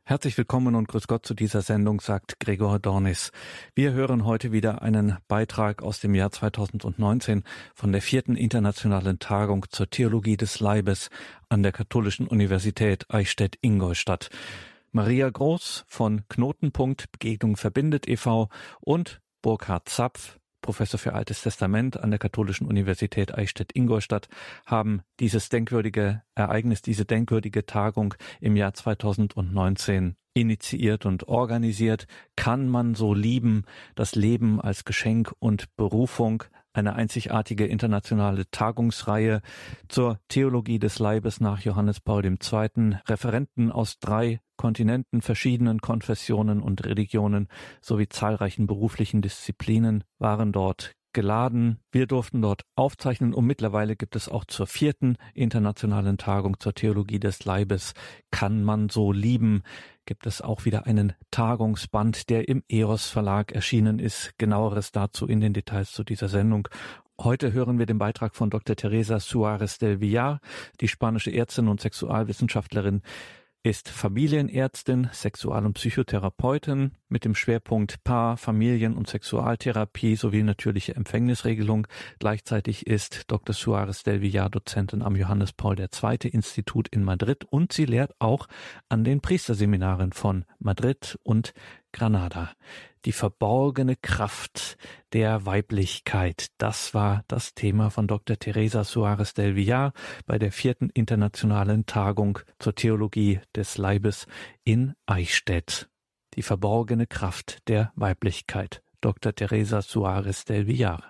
Herzlich willkommen und grüß Gott zu dieser Sendung, sagt Gregor Dornis. Wir hören heute wieder einen Beitrag aus dem Jahr 2019 von der 4. Internationalen Tagung zur Theologie des Leibes an der Katholischen Universität Eichstätt-Ingolstadt. Maria Groß von Knotenpunkt Begegnung verbindet e.V. und Burkhard Zapf, Professor für Altes Testament an der Katholischen Universität Eichstätt-Ingolstadt, haben dieses denkwürdige Ereignis, diese denkwürdige Tagung im Jahr 2019 initiiert und organisiert. Kann man so lieben? Das Leben als Geschenk und Berufung. Eine einzigartige internationale Tagungsreihe zur Theologie des Leibes nach Johannes Paul II. Referenten aus 3 Kontinenten, verschiedenen Konfessionen und Religionen sowie zahlreichen beruflichen Disziplinen waren dort geladen. Wir durften dort aufzeichnen und mittlerweile gibt es auch zur 4. Internationalen Tagung zur Theologie des Leibes Kann man so lieben? Gibt es auch wieder einen Tagungsband, der im EOS Verlag erschienen ist. Genaueres dazu in den Details zu dieser Sendung. Heute hören wir den Beitrag von Dr. Teresa Suárez del Villar, die spanische Ärztin und Sexualwissenschaftlerin, ist Familienärztin, Sexual- und Psychotherapeutin mit dem Schwerpunkt Paar-, Familien- und Sexualtherapie sowie natürliche Empfängnisregelung. Gleichzeitig ist Dr. Suárez del Villar Dozentin am Johannes Paul II. Institut in Madrid und sie lehrt auch an den Priesterseminaren von Madrid und Granada. Die verborgene Kraft der Weiblichkeit, das war das Thema von Dr. Teresa Suárez del Villar bei der 4. Internationalen Tagung zur Theologie des Leibes in Eichstätt. Die verborgene Kraft der Weiblichkeit. Dr. Teresa Suárez del Villar.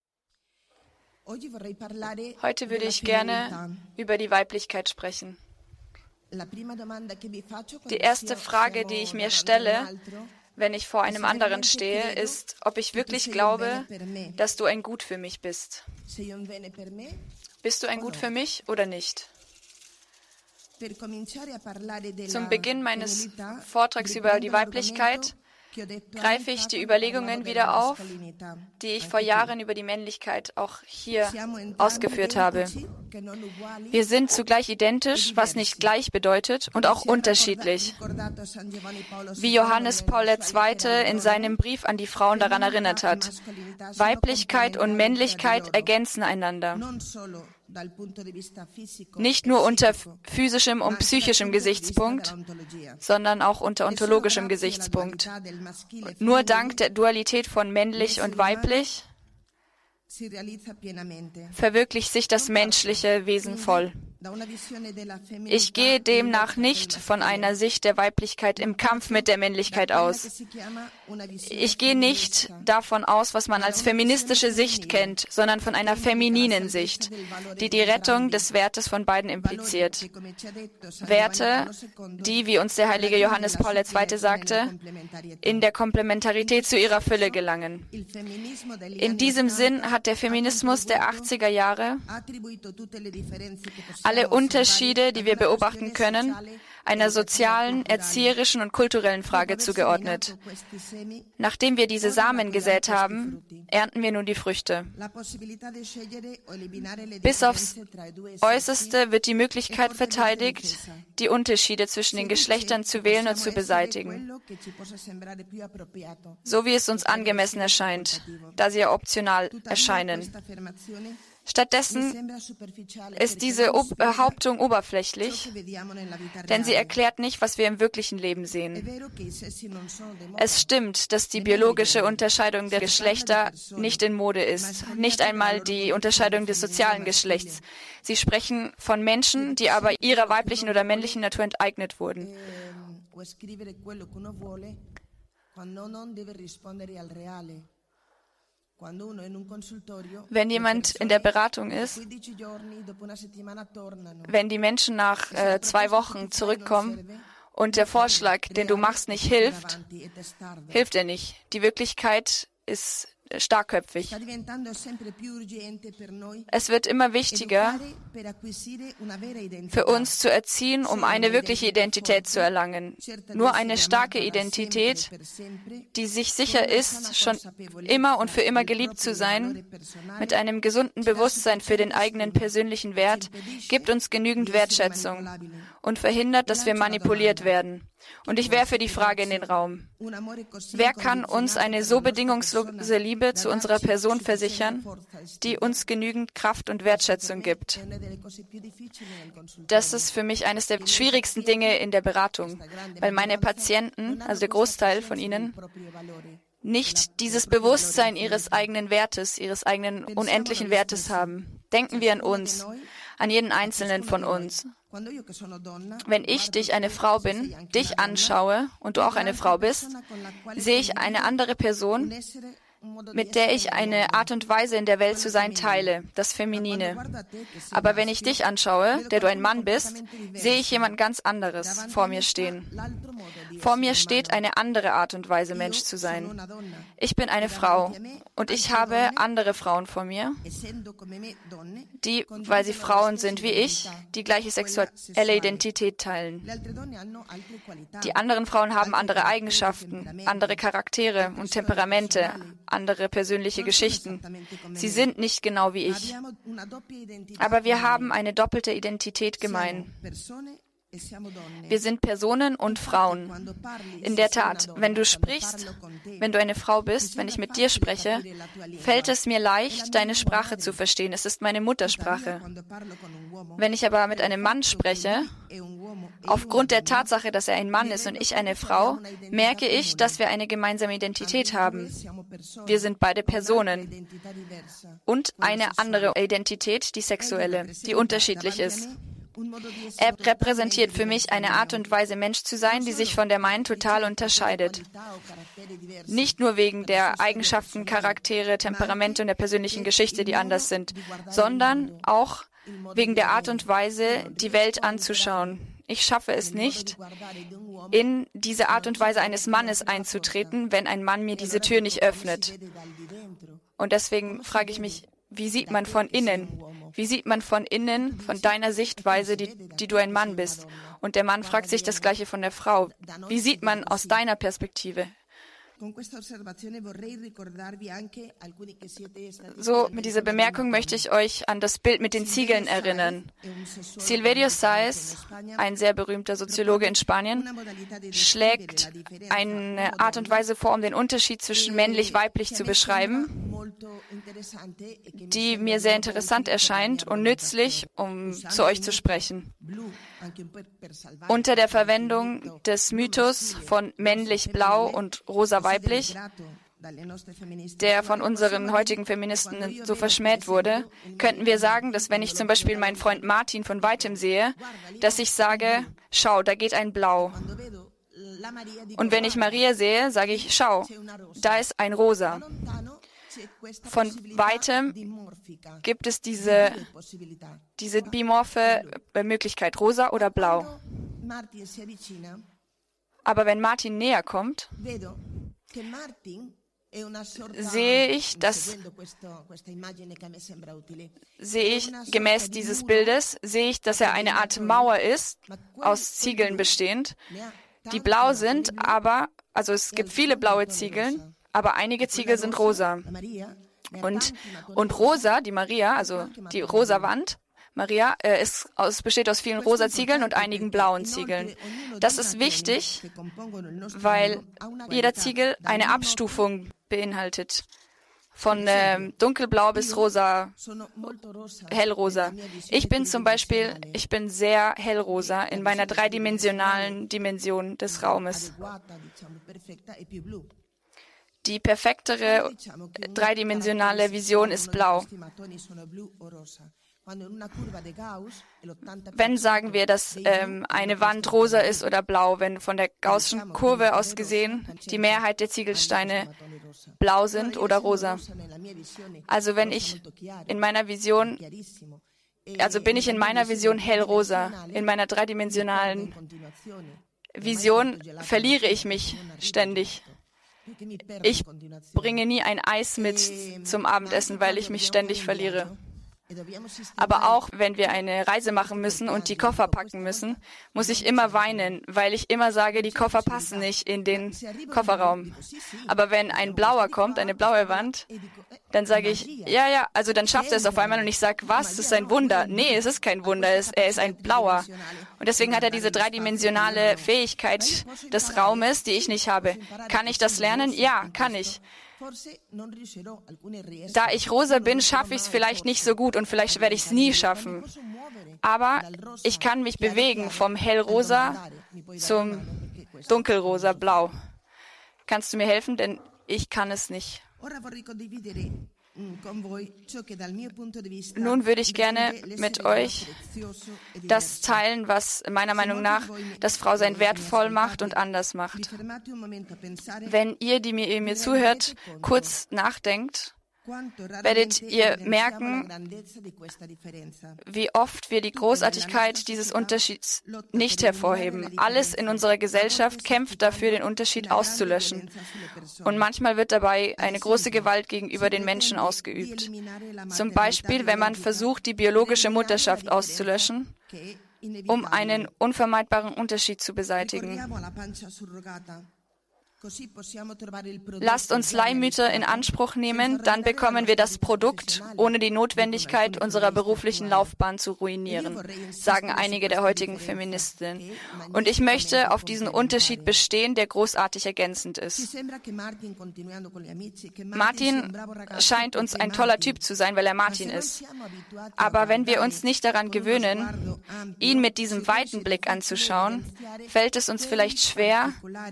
Heute würde ich gerne über die Weiblichkeit sprechen. Die erste Frage, die ich mir stelle, wenn ich vor einem anderen stehe, ist, ob ich wirklich glaube, dass du ein Gut für mich bist. Bist du ein Gut für mich oder nicht? Zum Beginn meines Vortrags über die Weiblichkeit greife ich die Überlegungen wieder auf, die ich vor Jahren über die Männlichkeit auch hier ausgeführt habe. Wir sind zugleich identisch, was nicht gleich bedeutet, und auch unterschiedlich. Wie Johannes Paul II. In seinem Brief an die Frauen daran erinnert hat. Weiblichkeit und Männlichkeit ergänzen einander. Nicht nur unter physischem und psychischem Gesichtspunkt, sondern auch unter ontologischem Gesichtspunkt. Nur dank der Dualität von männlich und weiblich verwirklicht sich das menschliche Wesen voll. Ich gehe demnach nicht von einer Sicht der Weiblichkeit im Kampf mit der Männlichkeit aus. Ich gehe nicht davon aus, was man als feministische Sicht kennt, sondern von einer femininen Sicht, die die Rettung des Wertes von beiden impliziert. Werte, die, wie uns der heilige Johannes Paul II. Sagte, in der Komplementarität zu ihrer Fülle gelangen. In diesem Sinn hat der Feminismus der 80er Jahre alle Unterschiede, die wir beobachten können, einer sozialen, erzieherischen und kulturellen Frage zugeordnet. Nachdem wir diese Samen gesät haben, ernten wir nun die Früchte. Bis aufs Äußerste wird die Möglichkeit verteidigt, die Unterschiede zwischen den Geschlechtern zu wählen und zu beseitigen, so wie es uns angemessen erscheint, da sie ja optional erscheinen. Stattdessen ist diese Behauptung oberflächlich, denn sie erklärt nicht, was wir im wirklichen Leben sehen. Es stimmt, dass die biologische Unterscheidung der Geschlechter nicht in Mode ist, nicht einmal die Unterscheidung des sozialen Geschlechts. Sie sprechen von Menschen, die aber ihrer weiblichen oder männlichen Natur enteignet wurden. Wenn jemand in der Beratung ist, wenn die Menschen nach 2 Wochen zurückkommen und der Vorschlag, den du machst, nicht hilft, hilft er nicht. Die Wirklichkeit ist starkköpfig. Es wird immer wichtiger, für uns zu erziehen, um eine wirkliche Identität zu erlangen. Nur eine starke Identität, die sich sicher ist, schon immer und für immer geliebt zu sein, mit einem gesunden Bewusstsein für den eigenen persönlichen Wert, gibt uns genügend Wertschätzung und verhindert, dass wir manipuliert werden. Und ich werfe die Frage in den Raum. Wer kann uns eine so bedingungslose Liebe zu unserer Person versichern, die uns genügend Kraft und Wertschätzung gibt? Das ist für mich eines der schwierigsten Dinge in der Beratung, weil meine Patienten, also der Großteil von ihnen, nicht dieses Bewusstsein ihres eigenen Wertes, ihres eigenen unendlichen Wertes haben. Denken wir an uns, an jeden Einzelnen von uns. Wenn ich, dich eine Frau bin, dich anschaue und du auch eine Frau bist, sehe ich eine andere Person, mit der ich eine Art und Weise in der Welt zu sein teile, das Feminine. Aber wenn ich dich anschaue, der du ein Mann bist, sehe ich jemand ganz anderes vor mir stehen. Vor mir steht eine andere Art und Weise, Mensch zu sein. Ich bin eine Frau und ich habe andere Frauen vor mir, die, weil sie Frauen sind wie ich, die gleiche sexuelle Identität teilen. Die anderen Frauen haben andere Eigenschaften, andere Charaktere und Temperamente, andere persönliche Geschichten. Sie sind nicht genau wie ich. Aber wir haben eine doppelte Identität gemein. Wir sind Personen und Frauen. In der Tat, wenn du sprichst, wenn du eine Frau bist, wenn ich mit dir spreche, fällt es mir leicht, deine Sprache zu verstehen. Es ist meine Muttersprache. Wenn ich aber mit einem Mann spreche, aufgrund der Tatsache, dass er ein Mann ist und ich eine Frau, merke ich, dass wir eine gemeinsame Identität haben. Wir sind beide Personen. Und eine andere Identität, die sexuelle, die unterschiedlich ist. Er repräsentiert für mich eine Art und Weise, Mensch zu sein, die sich von der meinen total unterscheidet. Nicht nur wegen der Eigenschaften, Charaktere, Temperamente und der persönlichen Geschichte, die anders sind, sondern auch wegen der Art und Weise, die Welt anzuschauen. Ich schaffe es nicht, in diese Art und Weise eines Mannes einzutreten, wenn ein Mann mir diese Tür nicht öffnet. Und deswegen frage ich mich, wie sieht man von innen? Wie sieht man von innen, von deiner Sichtweise, die du ein Mann bist? Und der Mann fragt sich das Gleiche von der Frau. Wie sieht man aus deiner Perspektive? So, mit dieser Bemerkung möchte ich euch an das Bild mit den Ziegeln erinnern. Silverio Sáez, ein sehr berühmter Soziologe in Spanien, schlägt eine Art und Weise vor, um den Unterschied zwischen männlich-weiblich zu beschreiben, die mir sehr interessant erscheint und nützlich, um zu euch zu sprechen. Unter der Verwendung des Mythos von männlich-blau und rosa-weiblich, der von unseren heutigen Feministen so verschmäht wurde, könnten wir sagen, dass wenn ich zum Beispiel meinen Freund Martin von Weitem sehe, dass ich sage, schau, da geht ein Blau. Und wenn ich Maria sehe, sage ich, schau, da ist ein Rosa. Von Weitem gibt es diese bimorphe Möglichkeit, rosa oder blau. Aber wenn Martin näher kommt, sehe ich gemäß dieses Bildes, sehe ich, dass er eine Art Mauer ist, aus Ziegeln bestehend, die blau sind, also es gibt viele blaue Ziegeln, aber einige Ziegel sind rosa. Und rosa, die Maria, also die rosa Wand, Maria, besteht aus vielen rosa Ziegeln und einigen blauen Ziegeln. Das ist wichtig, weil jeder Ziegel eine Abstufung beinhaltet. Von dunkelblau bis rosa, hellrosa. Ich bin sehr hellrosa in meiner dreidimensionalen Dimension des Raumes. Die perfektere dreidimensionale Vision ist blau. Wenn sagen wir, dass eine Wand rosa ist oder blau, wenn von der Gaußschen Kurve aus gesehen die Mehrheit der Ziegelsteine blau sind oder rosa. Also bin ich in meiner Vision hellrosa. In meiner dreidimensionalen Vision verliere ich mich ständig. Ich bringe nie ein Eis mit zum Abendessen, weil ich mich ständig verliere. Aber auch wenn wir eine Reise machen müssen und die Koffer packen müssen, muss ich immer weinen, weil ich immer sage, die Koffer passen nicht in den Kofferraum. Aber wenn ein blauer kommt, eine blaue Wand, dann sage ich, ja, also dann schafft er es auf einmal und ich sage, was, das ist ein Wunder. Nee, es ist kein Wunder, er ist ein blauer. Und deswegen hat er diese dreidimensionale Fähigkeit des Raumes, die ich nicht habe. Kann ich das lernen? Ja, kann ich. Da ich rosa bin, schaffe ich es vielleicht nicht so gut und vielleicht werde ich es nie schaffen. Aber ich kann mich bewegen vom hellrosa zum dunkelrosa blau. Kannst du mir helfen? Denn ich kann es nicht. Nun würde ich gerne mit euch das teilen, was meiner Meinung nach das Frausein wertvoll macht und anders macht. Wenn ihr, die mir zuhört, kurz nachdenkt, werdet ihr merken, wie oft wir die Großartigkeit dieses Unterschieds nicht hervorheben. Alles in unserer Gesellschaft kämpft dafür, den Unterschied auszulöschen. Und manchmal wird dabei eine große Gewalt gegenüber den Menschen ausgeübt. Zum Beispiel, wenn man versucht, die biologische Mutterschaft auszulöschen, um einen unvermeidbaren Unterschied zu beseitigen. Lasst uns Leihmütter in Anspruch nehmen, dann bekommen wir das Produkt, ohne die Notwendigkeit unserer beruflichen Laufbahn zu ruinieren, sagen einige der heutigen Feministinnen. Und ich möchte auf diesen Unterschied bestehen, der großartig ergänzend ist. Martin scheint uns ein toller Typ zu sein, weil er Martin ist. Aber wenn wir uns nicht daran gewöhnen, ihn mit diesem weiten Blick anzuschauen, fällt es uns vielleicht schwer,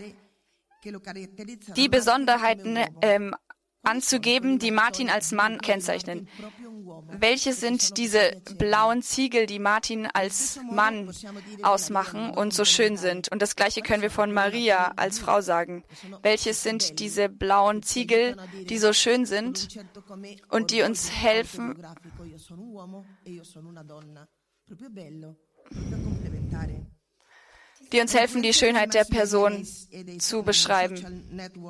die Besonderheiten anzugeben, die Martin als Mann kennzeichnen. Welche sind diese blauen Ziegel, die Martin als Mann ausmachen und so schön sind? Und das Gleiche können wir von Maria als Frau sagen. Welches sind diese blauen Ziegel, die so schön sind und die uns helfen, die Schönheit der Person zu beschreiben.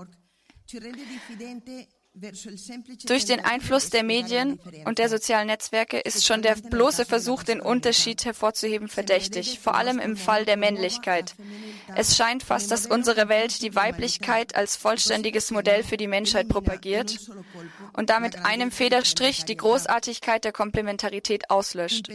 Durch den Einfluss der Medien und der sozialen Netzwerke ist schon der bloße Versuch, den Unterschied hervorzuheben, verdächtig, vor allem im Fall der Männlichkeit. Es scheint fast, dass unsere Welt die Weiblichkeit als vollständiges Modell für die Menschheit propagiert und damit einem Federstrich die Großartigkeit der Komplementarität auslöscht.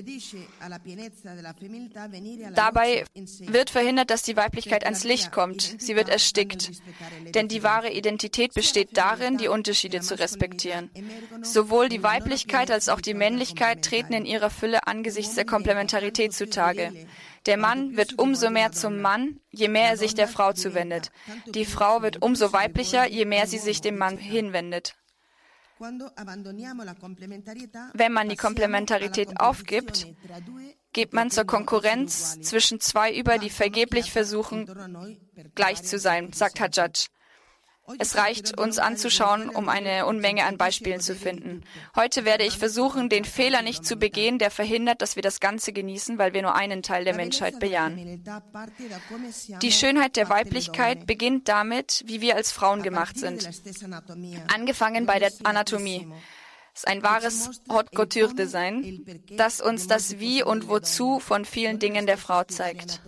Dabei wird verhindert, dass die Weiblichkeit ans Licht kommt. Sie wird erstickt. Denn die wahre Identität besteht darin, die Unterschiede zu respektieren. Sowohl die Weiblichkeit als auch die Männlichkeit treten in ihrer Fülle angesichts der Komplementarität zutage. Der Mann wird umso mehr zum Mann, je mehr er sich der Frau zuwendet. Die Frau wird umso weiblicher, je mehr sie sich dem Mann hinwendet. Wenn man die Komplementarität aufgibt, geht man zur Konkurrenz zwischen zwei über, die vergeblich versuchen, gleich zu sein, sagt Hajjaj. Es reicht, uns anzuschauen, um eine Unmenge an Beispielen zu finden. Heute werde ich versuchen, den Fehler nicht zu begehen, der verhindert, dass wir das Ganze genießen, weil wir nur einen Teil der Menschheit bejahen. Die Schönheit der Weiblichkeit beginnt damit, wie wir als Frauen gemacht sind. Angefangen bei der Anatomie. Es ist ein wahres Haute Couture-Design, das uns das Wie und Wozu von vielen Dingen der Frau zeigt.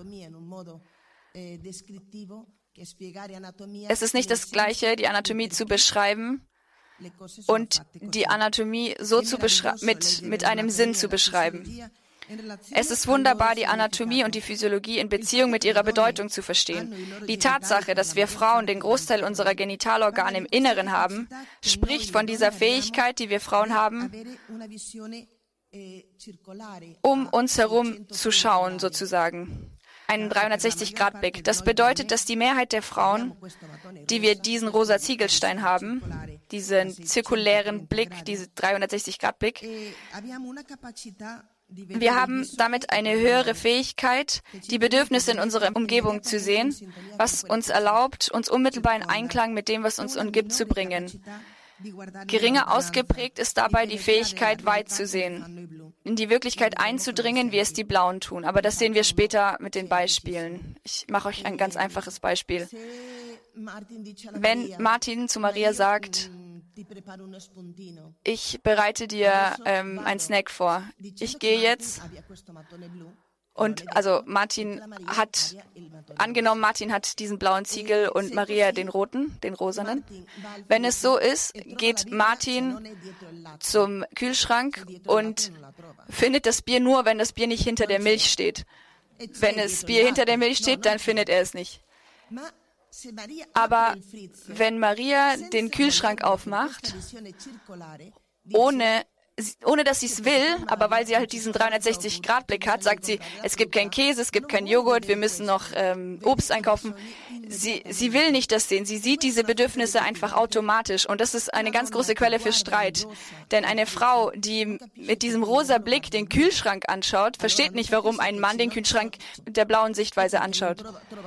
Es ist nicht das Gleiche, die Anatomie zu beschreiben und die Anatomie so mit einem Sinn zu beschreiben. Es ist wunderbar, die Anatomie und die Physiologie in Beziehung mit ihrer Bedeutung zu verstehen. Die Tatsache, dass wir Frauen den Großteil unserer Genitalorgane im Inneren haben, spricht von dieser Fähigkeit, die wir Frauen haben, um uns herum zu schauen, sozusagen. Einen 360-Grad-Blick. Das bedeutet, dass die Mehrheit der Frauen, die wir diesen rosa Ziegelstein haben, diesen zirkulären Blick, diesen 360-Grad-Blick, wir haben damit eine höhere Fähigkeit, die Bedürfnisse in unserer Umgebung zu sehen, was uns erlaubt, uns unmittelbar in Einklang mit dem, was uns umgibt, zu bringen. Geringer ausgeprägt ist dabei die Fähigkeit, weit zu sehen, in die Wirklichkeit einzudringen, wie es die Blauen tun. Aber das sehen wir später mit den Beispielen. Ich mache euch ein ganz einfaches Beispiel. Wenn Martin zu Maria sagt, ich bereite dir einen Snack vor. Ich gehe jetzt und also Martin hat diesen blauen Ziegel und Maria den roten, den rosanen. Wenn es so ist, geht Martin zum Kühlschrank und findet das Bier nur, wenn das Bier nicht hinter der Milch steht. Wenn das Bier hinter der Milch steht, dann findet er es nicht. Aber wenn Maria den Kühlschrank aufmacht, ohne dass sie es will, aber weil sie halt diesen 360-Grad-Blick hat, sagt sie, es gibt keinen Käse, es gibt keinen Joghurt, wir müssen noch Obst einkaufen. Sie will nicht das sehen. Sie sieht diese Bedürfnisse einfach automatisch. Und das ist eine ganz große Quelle für Streit. Denn eine Frau, die mit diesem rosa Blick den Kühlschrank anschaut, versteht nicht, warum ein Mann den Kühlschrank mit der blauen Sichtweise anschaut.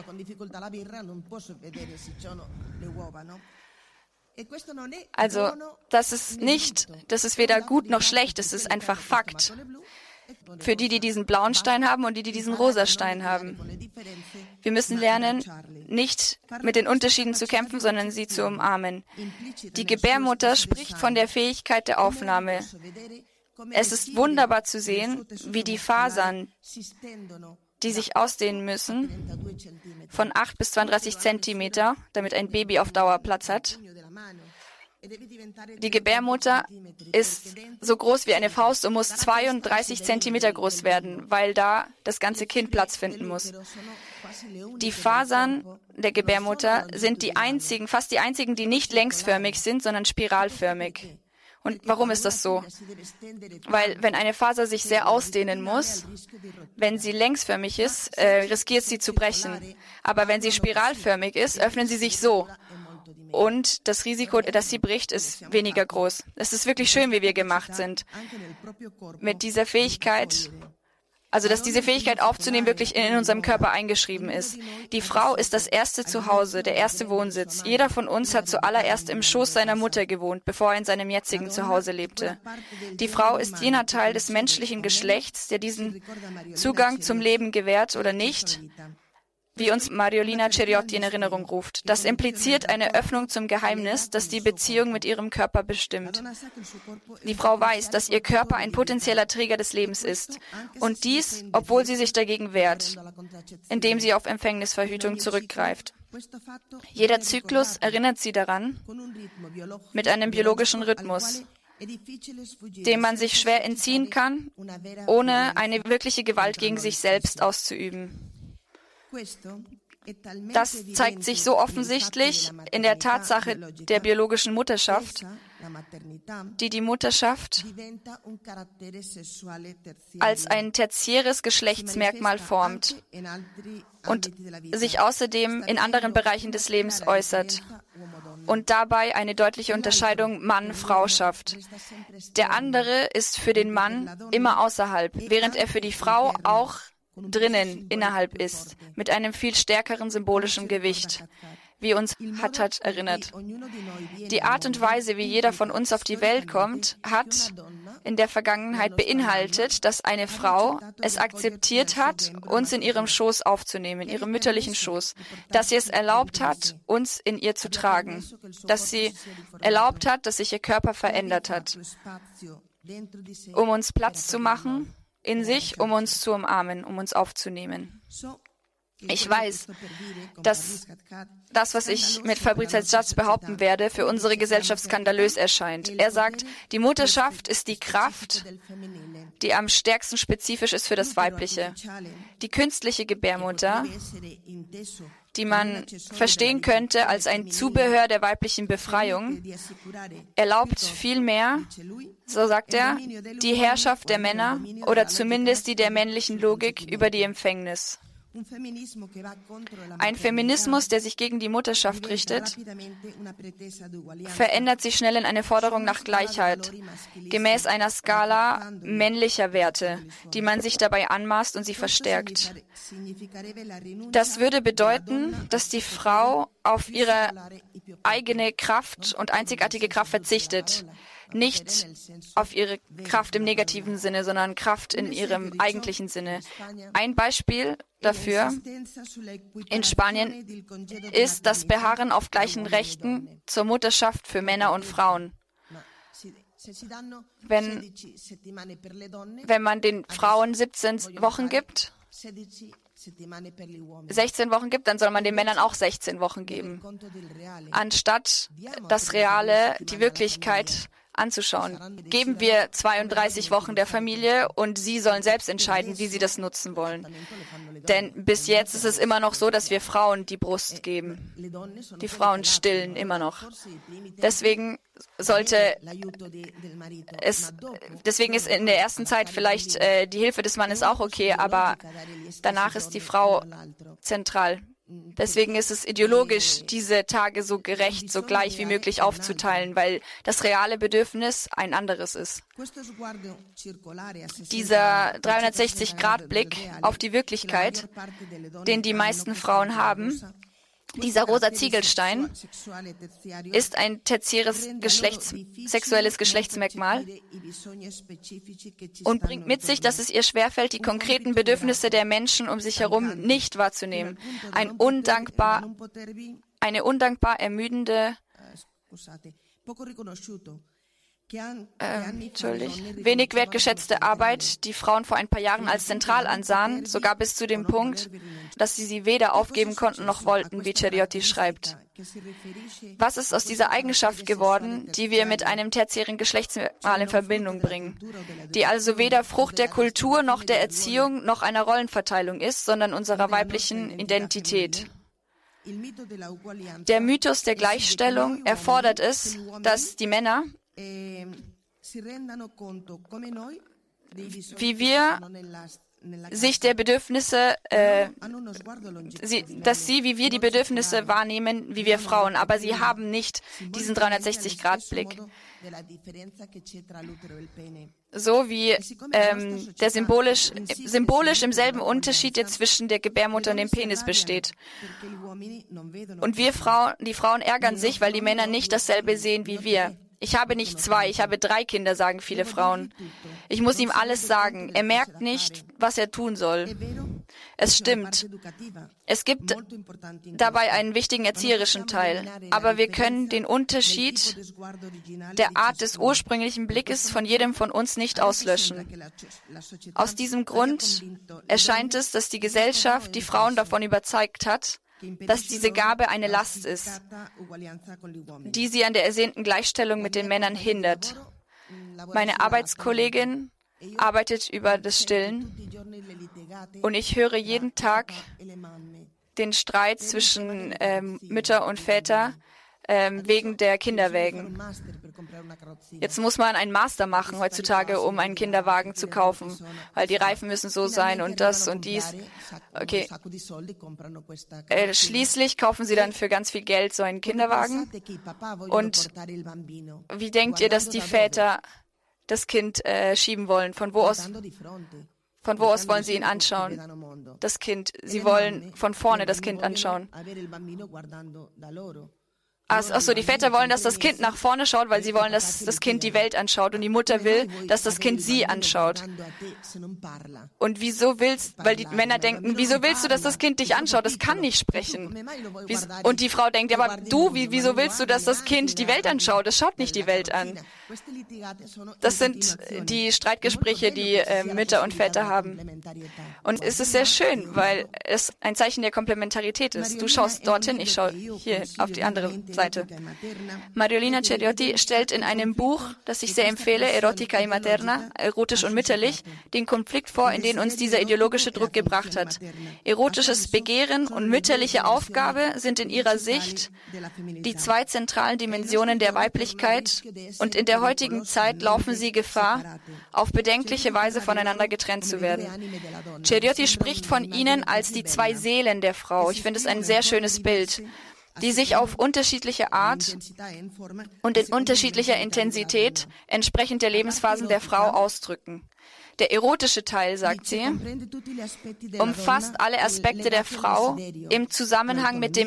Also, das ist weder gut noch schlecht, das ist einfach Fakt. Für die diesen blauen Stein haben und die diesen rosa Stein haben. Wir müssen lernen, nicht mit den Unterschieden zu kämpfen, sondern sie zu umarmen. Die Gebärmutter spricht von der Fähigkeit der Aufnahme. Es ist wunderbar zu sehen, wie die Fasern, die sich ausdehnen müssen, von 8 bis 32 Zentimeter, damit ein Baby auf Dauer Platz hat. Die Gebärmutter ist so groß wie eine Faust und muss 32 Zentimeter groß werden, weil da das ganze Kind Platz finden muss. Die Fasern der Gebärmutter sind fast die einzigen, die nicht längsförmig sind, sondern spiralförmig. Und warum ist das so? Weil wenn eine Faser sich sehr ausdehnen muss, wenn sie längsförmig ist, riskiert sie zu brechen. Aber wenn sie spiralförmig ist, öffnen sie sich so. Und das Risiko, dass sie bricht, ist weniger groß. Es ist wirklich schön, wie wir gemacht sind. Mit dieser Fähigkeit, also dass diese Fähigkeit aufzunehmen wirklich in unserem Körper eingeschrieben ist. Die Frau ist das erste Zuhause, der erste Wohnsitz. Jeder von uns hat zuallererst im Schoß seiner Mutter gewohnt, bevor er in seinem jetzigen Zuhause lebte. Die Frau ist jener Teil des menschlichen Geschlechts, der diesen Zugang zum Leben gewährt oder nicht, wie uns Mariolina Ceriotti in Erinnerung ruft. Das impliziert eine Öffnung zum Geheimnis, das die Beziehung mit ihrem Körper bestimmt. Die Frau weiß, dass ihr Körper ein potenzieller Träger des Lebens ist. Und dies, obwohl sie sich dagegen wehrt, indem sie auf Empfängnisverhütung zurückgreift. Jeder Zyklus erinnert sie daran, mit einem biologischen Rhythmus, dem man sich schwer entziehen kann, ohne eine wirkliche Gewalt gegen sich selbst auszuüben. Das zeigt sich so offensichtlich in der Tatsache der biologischen Mutterschaft, die Mutterschaft als ein tertiäres Geschlechtsmerkmal formt und sich außerdem in anderen Bereichen des Lebens äußert und dabei eine deutliche Unterscheidung Mann-Frau schafft. Der andere ist für den Mann immer außerhalb, während er für die Frau auch drinnen, innerhalb ist, mit einem viel stärkeren symbolischen Gewicht, wie uns Hattat erinnert. Die Art und Weise, wie jeder von uns auf die Welt kommt, hat in der Vergangenheit beinhaltet, dass eine Frau es akzeptiert hat, uns in ihrem Schoß aufzunehmen, in ihrem mütterlichen Schoß, dass sie es erlaubt hat, uns in ihr zu tragen, dass sie erlaubt hat, dass sich ihr Körper verändert hat, um uns Platz zu machen, in sich, um uns zu umarmen, um uns aufzunehmen. Ich weiß, dass das, was ich mit Fabrizio Satz behaupten werde, für unsere Gesellschaft skandalös erscheint. Er sagt, die Mutterschaft ist die Kraft, die am stärksten spezifisch ist für das Weibliche. Die künstliche Gebärmutter, die man verstehen könnte als ein Zubehör der weiblichen Befreiung, erlaubt vielmehr, so sagt er, die Herrschaft der Männer oder zumindest die der männlichen Logik über die Empfängnis. Ein Feminismus, der sich gegen die Mutterschaft richtet, verändert sich schnell in eine Forderung nach Gleichheit, gemäß einer Skala männlicher Werte, die man sich dabei anmaßt und sie verstärkt. Das würde bedeuten, dass die Frau auf ihre eigene Kraft und einzigartige Kraft verzichtet. Nicht auf ihre Kraft im negativen Sinne, sondern Kraft in ihrem eigentlichen Sinne. Ein Beispiel dafür in Spanien ist das Beharren auf gleichen Rechten zur Mutterschaft für Männer und Frauen. wenn man den Frauen 17 Wochen gibt, 16 Wochen gibt, dann soll man den Männern auch 16 Wochen geben, anstatt das Reale, die Wirklichkeit anzuschauen. Geben wir 32 Wochen der Familie und sie sollen selbst entscheiden, wie sie das nutzen wollen. Denn bis jetzt ist es immer noch so, dass wir Frauen die Brust geben. Die Frauen stillen immer noch. Deswegen ist in der ersten Zeit vielleicht die Hilfe des Mannes auch okay, aber danach ist die Frau zentral. Deswegen ist es ideologisch, diese Tage so gerecht, so gleich wie möglich aufzuteilen, weil das reale Bedürfnis ein anderes ist. Dieser 360-Grad-Blick auf die Wirklichkeit, den die meisten Frauen haben, dieser rosa Ziegelstein ist ein tertiäres sexuelles Geschlechtsmerkmal und bringt mit sich, dass es ihr schwerfällt, die konkreten Bedürfnisse der Menschen um sich herum nicht wahrzunehmen. Eine undankbar ermüdende, wenig wertgeschätzte Arbeit, die Frauen vor ein paar Jahren als zentral ansahen, sogar bis zu dem Punkt, dass sie weder aufgeben konnten noch wollten, wie Ceriotti schreibt. Was ist aus dieser Eigenschaft geworden, die wir mit einem tertiären Geschlechtsmerkmal in Verbindung bringen, die also weder Frucht der Kultur noch der Erziehung noch einer Rollenverteilung ist, sondern unserer weiblichen Identität? Der Mythos der Gleichstellung erfordert es, dass die Männer, wie wir sich der Bedürfnisse, wie wir die Bedürfnisse wahrnehmen, wie wir Frauen, aber sie haben nicht diesen 360-Grad-Blick. So wie der symbolisch im selben Unterschied, der zwischen der Gebärmutter und dem Penis besteht. Und die Frauen ärgern sich, weil die Männer nicht dasselbe sehen wie wir. Ich habe nicht 2, ich habe 3 Kinder, sagen viele Frauen. Ich muss ihm alles sagen. Er merkt nicht, was er tun soll. Es stimmt. Es gibt dabei einen wichtigen erzieherischen Teil. Aber wir können den Unterschied der Art des ursprünglichen Blickes von jedem von uns nicht auslöschen. Aus diesem Grund erscheint es, dass die Gesellschaft die Frauen davon überzeugt hat, dass diese Gabe eine Last ist, die sie an der ersehnten Gleichstellung mit den Männern hindert. Meine Arbeitskollegin arbeitet über das Stillen und ich höre jeden Tag den Streit zwischen Mütter und Väter wegen der Kinderwägen. Jetzt muss man einen Master machen heutzutage, um einen Kinderwagen zu kaufen, weil die Reifen müssen so sein und das und dies. Okay. Schließlich kaufen sie dann für ganz viel Geld so einen Kinderwagen. Und wie denkt ihr, dass die Väter das Kind schieben wollen? Von wo aus wollen sie ihn anschauen? Das Kind. Sie wollen von vorne das Kind anschauen. Achso, die Väter wollen, dass das Kind nach vorne schaut, weil sie wollen, dass das Kind die Welt anschaut. Und die Mutter will, dass das Kind sie anschaut. Und weil die Männer denken, wieso willst du, dass das Kind dich anschaut? Das kann nicht sprechen. Und die Frau denkt, aber wieso willst du, dass das Kind die Welt anschaut? Es schaut nicht die Welt an. Das sind die Streitgespräche, die Mütter und Väter haben. Und es ist sehr schön, weil es ein Zeichen der Komplementarität ist. Du schaust dorthin, ich schaue hier auf die andere Seite. Mariolina Ceriotti stellt in einem Buch, das ich sehr empfehle, Erotica y Materna, erotisch und mütterlich, den Konflikt vor, in den uns dieser ideologische Druck gebracht hat. Erotisches Begehren und mütterliche Aufgabe sind in ihrer Sicht die 2 zentralen Dimensionen der Weiblichkeit und in der heutigen Zeit laufen sie Gefahr, auf bedenkliche Weise voneinander getrennt zu werden. Ceriotti spricht von ihnen als die 2 Seelen der Frau. Ich finde es ein sehr schönes Bild, die sich auf unterschiedliche Art und in unterschiedlicher Intensität entsprechend der Lebensphasen der Frau ausdrücken. Der erotische Teil, sagt sie, umfasst alle Aspekte der Frau im Zusammenhang mit dem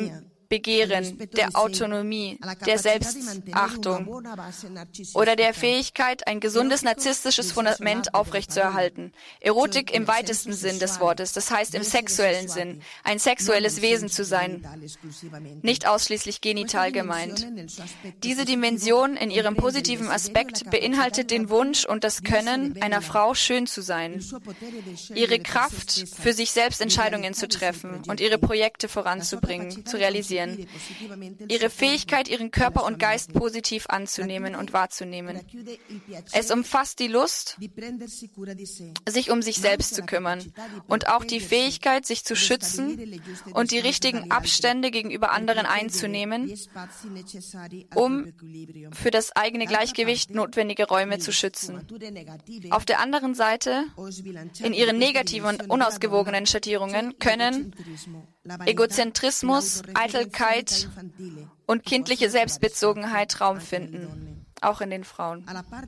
Begehren, der Autonomie, der Selbstachtung oder der Fähigkeit, ein gesundes narzisstisches Fundament aufrechtzuerhalten. Erotik im weitesten Sinn des Wortes, das heißt im sexuellen Sinn, ein sexuelles Wesen zu sein, nicht ausschließlich genital gemeint. Diese Dimension in ihrem positiven Aspekt beinhaltet den Wunsch und das Können, einer Frau schön zu sein, ihre Kraft, für sich selbst Entscheidungen zu treffen und ihre Projekte voranzubringen, zu realisieren. Ihre Fähigkeit, ihren Körper und Geist positiv anzunehmen und wahrzunehmen. Es umfasst die Lust, sich um sich selbst zu kümmern und auch die Fähigkeit, sich zu schützen und die richtigen Abstände gegenüber anderen einzunehmen, um für das eigene Gleichgewicht notwendige Räume zu schützen. Auf der anderen Seite, in ihren negativen und unausgewogenen Schattierungen können Egozentrismus, Eitelkeit und kindliche Selbstbezogenheit Raum finden, auch in den Frauen.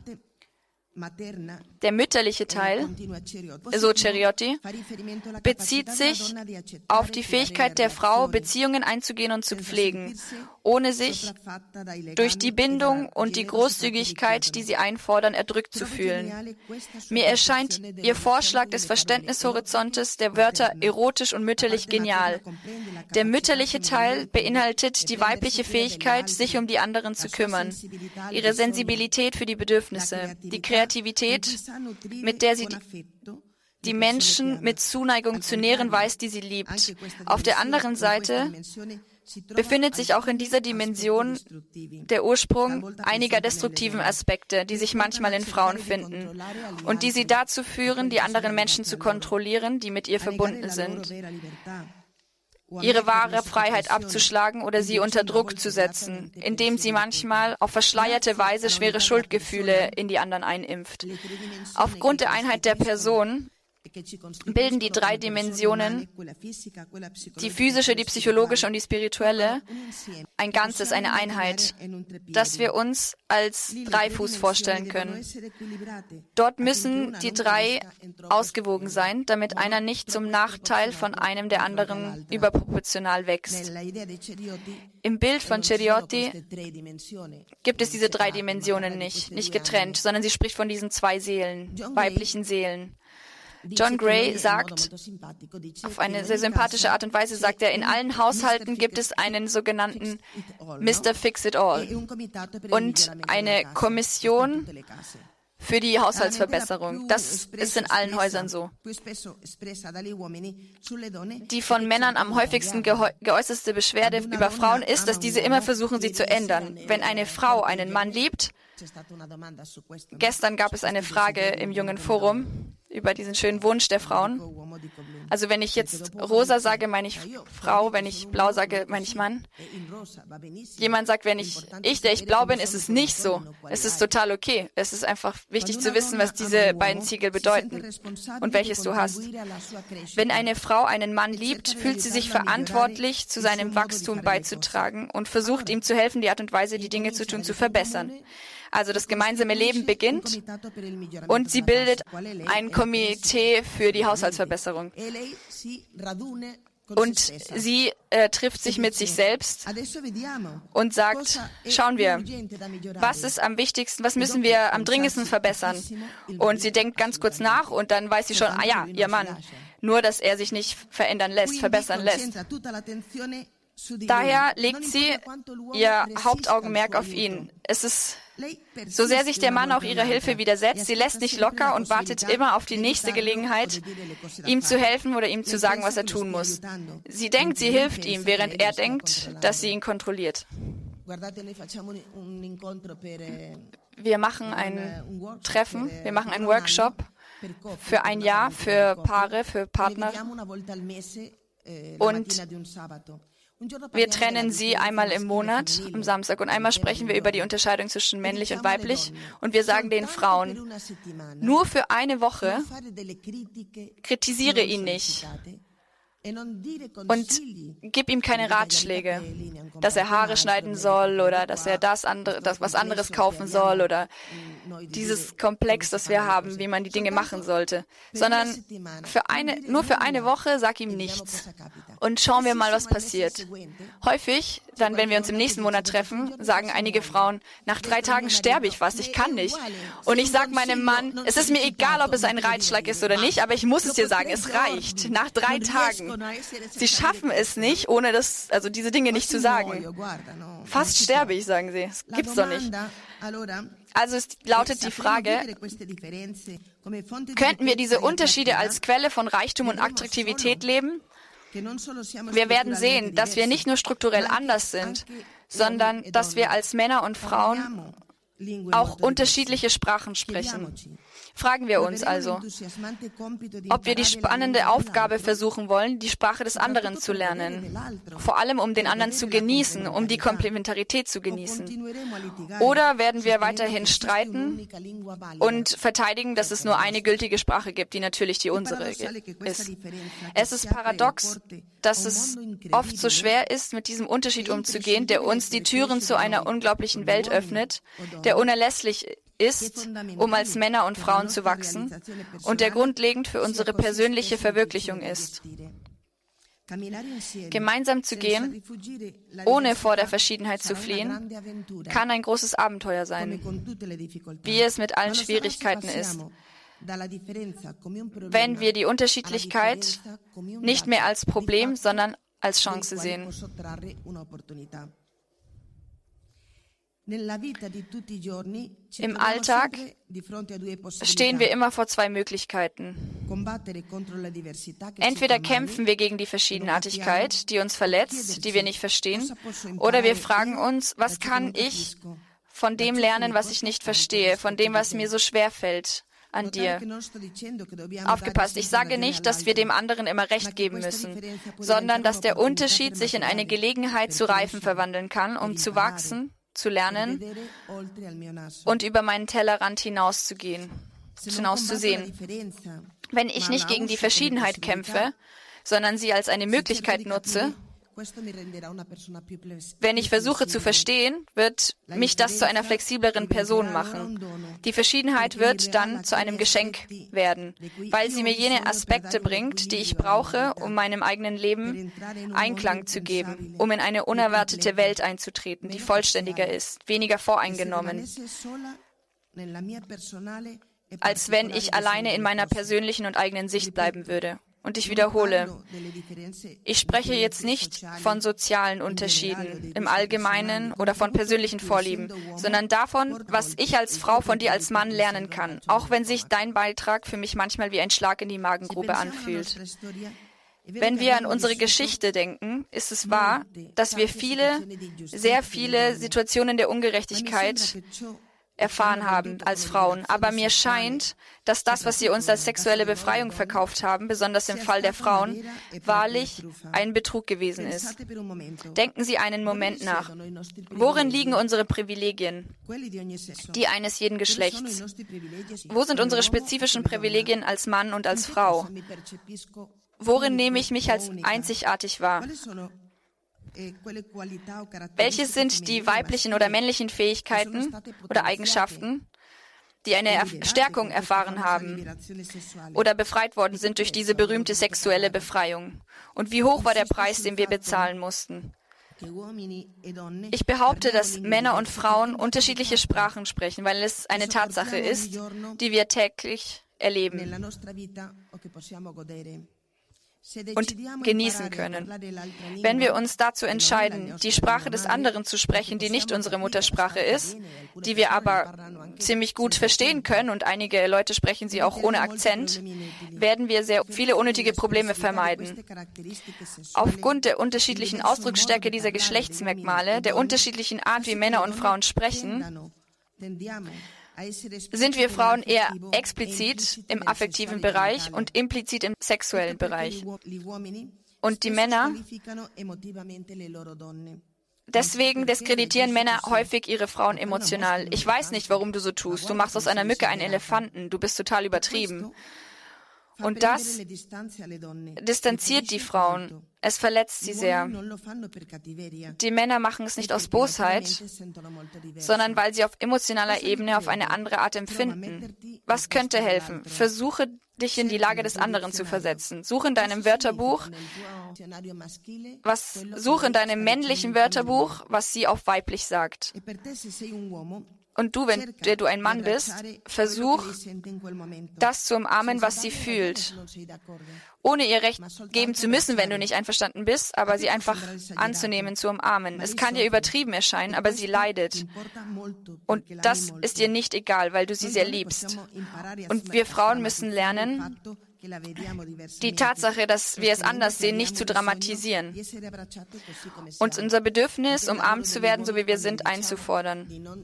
Der mütterliche Teil, so Ceriotti, bezieht sich auf die Fähigkeit der Frau, Beziehungen einzugehen und zu pflegen, ohne sich durch die Bindung und die Großzügigkeit, die sie einfordern, erdrückt zu fühlen. Mir erscheint Ihr Vorschlag des Verständnishorizontes der Wörter erotisch und mütterlich genial. Der mütterliche Teil beinhaltet die weibliche Fähigkeit, sich um die anderen zu kümmern, ihre Sensibilität für die Bedürfnisse, die Kreativität, mit der sie die Menschen mit Zuneigung zu nähren weiß, die sie liebt. Auf der anderen Seite befindet sich auch in dieser Dimension der Ursprung einiger destruktiven Aspekte, die sich manchmal in Frauen finden und die sie dazu führen, die anderen Menschen zu kontrollieren, die mit ihr verbunden sind, ihre wahre Freiheit abzuschlagen oder sie unter Druck zu setzen, indem sie manchmal auf verschleierte Weise schwere Schuldgefühle in die anderen einimpft. Aufgrund der Einheit der Person bilden die 3 Dimensionen, die physische, die psychologische und die spirituelle, ein Ganzes, eine Einheit, das wir uns als Dreifuß vorstellen können. Dort müssen die 3 ausgewogen sein, damit einer nicht zum Nachteil von einem der anderen überproportional wächst. Im Bild von Ceriotti gibt es diese 3 Dimensionen nicht getrennt, sondern sie spricht von diesen 2 Seelen, weiblichen Seelen. John Gray sagt, auf eine sehr sympathische Art und Weise sagt er, in allen Haushalten gibt es einen sogenannten Mr. Fix-It-All und eine Kommission für die Haushaltsverbesserung. Das ist in allen Häusern so. Die von Männern am häufigsten geäußerste Beschwerde über Frauen ist, dass diese immer versuchen, sie zu ändern. Wenn eine Frau einen Mann liebt, gestern gab es eine Frage im Jungen Forum über diesen schönen Wunsch der Frauen. Also wenn ich jetzt rosa sage, meine ich Frau, wenn ich blau sage, meine ich Mann. Jemand sagt, wenn ich blau bin, ist es nicht so. Es ist total okay. Es ist einfach wichtig zu wissen, was diese beiden Ziegel bedeuten und welches du hast. Wenn eine Frau einen Mann liebt, fühlt sie sich verantwortlich, zu seinem Wachstum beizutragen und versucht ihm zu helfen, die Art und Weise, die Dinge zu tun, zu verbessern. Also das gemeinsame Leben beginnt und sie bildet ein Komitee für die Haushaltsverbesserung. Und sie trifft sich mit sich selbst und sagt, schauen wir, was ist am wichtigsten, was müssen wir am dringendsten verbessern? Und sie denkt ganz kurz nach und dann weiß sie schon, ihr Mann, nur dass er sich nicht verändern lässt, verbessern lässt. Daher legt sie ihr Hauptaugenmerk auf ihn. Es ist, so sehr sich der Mann auch ihrer Hilfe widersetzt, sie lässt nicht locker und wartet immer auf die nächste Gelegenheit, ihm zu helfen oder ihm zu sagen, was er tun muss. Sie denkt, sie hilft ihm, während er denkt, dass sie ihn kontrolliert. Wir machen ein Treffen, wir machen einen Workshop für ein Jahr, für Paare, für Partner. Und wir trennen sie einmal im Monat, am Samstag, und einmal sprechen wir über die Unterscheidung zwischen männlich und weiblich. Und wir sagen den Frauen, nur für eine Woche kritisiere ihn nicht und gib ihm keine Ratschläge, dass er Haare schneiden soll oder dass er was anderes kaufen soll oder dieses Komplex, das wir haben, wie man die Dinge machen sollte, sondern nur für eine Woche sag ihm nichts und schauen wir mal, was passiert. Häufig, dann, wenn wir uns im nächsten Monat treffen, sagen einige Frauen, nach 3 Tagen sterbe ich fast, ich kann nicht. Und ich sage meinem Mann, es ist mir egal, ob es ein Reitschlag ist oder nicht, aber ich muss es dir sagen, es reicht. Nach 3 Tagen. Sie schaffen es nicht, ohne diese Dinge nicht zu sagen. Fast sterbe ich, sagen sie. Das gibt's doch nicht. Also lautet die Frage, könnten wir diese Unterschiede als Quelle von Reichtum und Attraktivität leben? Wir werden sehen, dass wir nicht nur strukturell anders sind, sondern dass wir als Männer und Frauen auch unterschiedliche Sprachen sprechen. Fragen wir uns also, ob wir die spannende Aufgabe versuchen wollen, die Sprache des anderen zu lernen, vor allem um den anderen zu genießen, um die Komplementarität zu genießen. Oder werden wir weiterhin streiten und verteidigen, dass es nur eine gültige Sprache gibt, die natürlich die unsere ist. Es ist paradox, dass es oft so schwer ist, mit diesem Unterschied umzugehen, der uns die Türen zu einer unglaublichen Welt öffnet, der unerlässlich ist, um als Männer und Frauen zu wachsen und der grundlegend für unsere persönliche Verwirklichung ist. Gemeinsam zu gehen, ohne vor der Verschiedenheit zu fliehen, kann ein großes Abenteuer sein, wie es mit allen Schwierigkeiten ist. Wenn wir die Unterschiedlichkeit nicht mehr als Problem, sondern als Chance sehen. Im Alltag stehen wir immer vor 2 Möglichkeiten. Entweder kämpfen wir gegen die Verschiedenartigkeit, die uns verletzt, die wir nicht verstehen, oder wir fragen uns, was kann ich von dem lernen, was ich nicht verstehe, von dem, was mir so schwer fällt an dir. Aufgepasst, ich sage nicht, dass wir dem anderen immer Recht geben müssen, sondern dass der Unterschied sich in eine Gelegenheit zu Reifen verwandeln kann, um zu wachsen, zu lernen und über meinen Tellerrand hinauszusehen. Wenn ich nicht gegen die Verschiedenheit kämpfe, sondern sie als eine Möglichkeit nutze, wenn ich versuche zu verstehen, wird mich das zu einer flexibleren Person machen. Die Verschiedenheit wird dann zu einem Geschenk werden, weil sie mir jene Aspekte bringt, die ich brauche, um meinem eigenen Leben Einklang zu geben, um in eine unerwartete Welt einzutreten, die vollständiger ist, weniger voreingenommen, als wenn ich alleine in meiner persönlichen und eigenen Sicht bleiben würde. Und ich wiederhole, ich spreche jetzt nicht von sozialen Unterschieden im Allgemeinen oder von persönlichen Vorlieben, sondern davon, was ich als Frau von dir als Mann lernen kann, auch wenn sich dein Beitrag für mich manchmal wie ein Schlag in die Magengrube anfühlt. Wenn wir an unsere Geschichte denken, ist es wahr, dass wir sehr viele Situationen der Ungerechtigkeit erfahren haben als Frauen. Aber mir scheint, dass das, was sie uns als sexuelle Befreiung verkauft haben, besonders im Fall der Frauen, wahrlich ein Betrug gewesen ist. Denken Sie einen Moment nach. Worin liegen unsere Privilegien, die eines jeden Geschlechts? Wo sind unsere spezifischen Privilegien als Mann und als Frau? Worin nehme ich mich als einzigartig wahr? Welches sind die weiblichen oder männlichen Fähigkeiten oder Eigenschaften, die eine Stärkung erfahren haben oder befreit worden sind durch diese berühmte sexuelle Befreiung? Und wie hoch war der Preis, den wir bezahlen mussten? Ich behaupte, dass Männer und Frauen unterschiedliche Sprachen sprechen, weil es eine Tatsache ist, die wir täglich erleben und genießen können. Wenn wir uns dazu entscheiden, die Sprache des anderen zu sprechen, die nicht unsere Muttersprache ist, die wir aber ziemlich gut verstehen können, und einige Leute sprechen sie auch ohne Akzent, werden wir sehr viele unnötige Probleme vermeiden. Aufgrund der unterschiedlichen Ausdrucksstärke dieser Geschlechtsmerkmale, der unterschiedlichen Art, wie Männer und Frauen sprechen, sind wir Frauen eher explizit im affektiven Bereich und implizit im sexuellen Bereich. Und die Männer, deswegen diskreditieren Männer häufig ihre Frauen emotional. Ich weiß nicht, warum du so tust. Du machst aus einer Mücke einen Elefanten. Du bist total übertrieben. Und das distanziert die Frauen Es verletzt sie sehr. Die Männer machen es nicht aus Bosheit, sondern weil sie auf emotionaler Ebene auf eine andere Art empfinden. Was könnte helfen? Versuche, dich in die Lage des anderen zu versetzen. Suche in deinem Wörterbuch, männlichen Wörterbuch, was sie auf weiblich sagt. Und du, wenn du ein Mann bist, versuch, das zu umarmen, was sie fühlt. Ohne ihr Recht geben zu müssen, wenn du nicht einverstanden bist, aber sie einfach anzunehmen, zu umarmen. Es kann dir übertrieben erscheinen, aber sie leidet. Und das ist ihr nicht egal, weil du sie sehr liebst. Und wir Frauen müssen lernen, die Tatsache, dass wir es anders sehen, nicht zu dramatisieren. Und unser Bedürfnis, umarmt zu werden, so wie wir sind, einzufordern.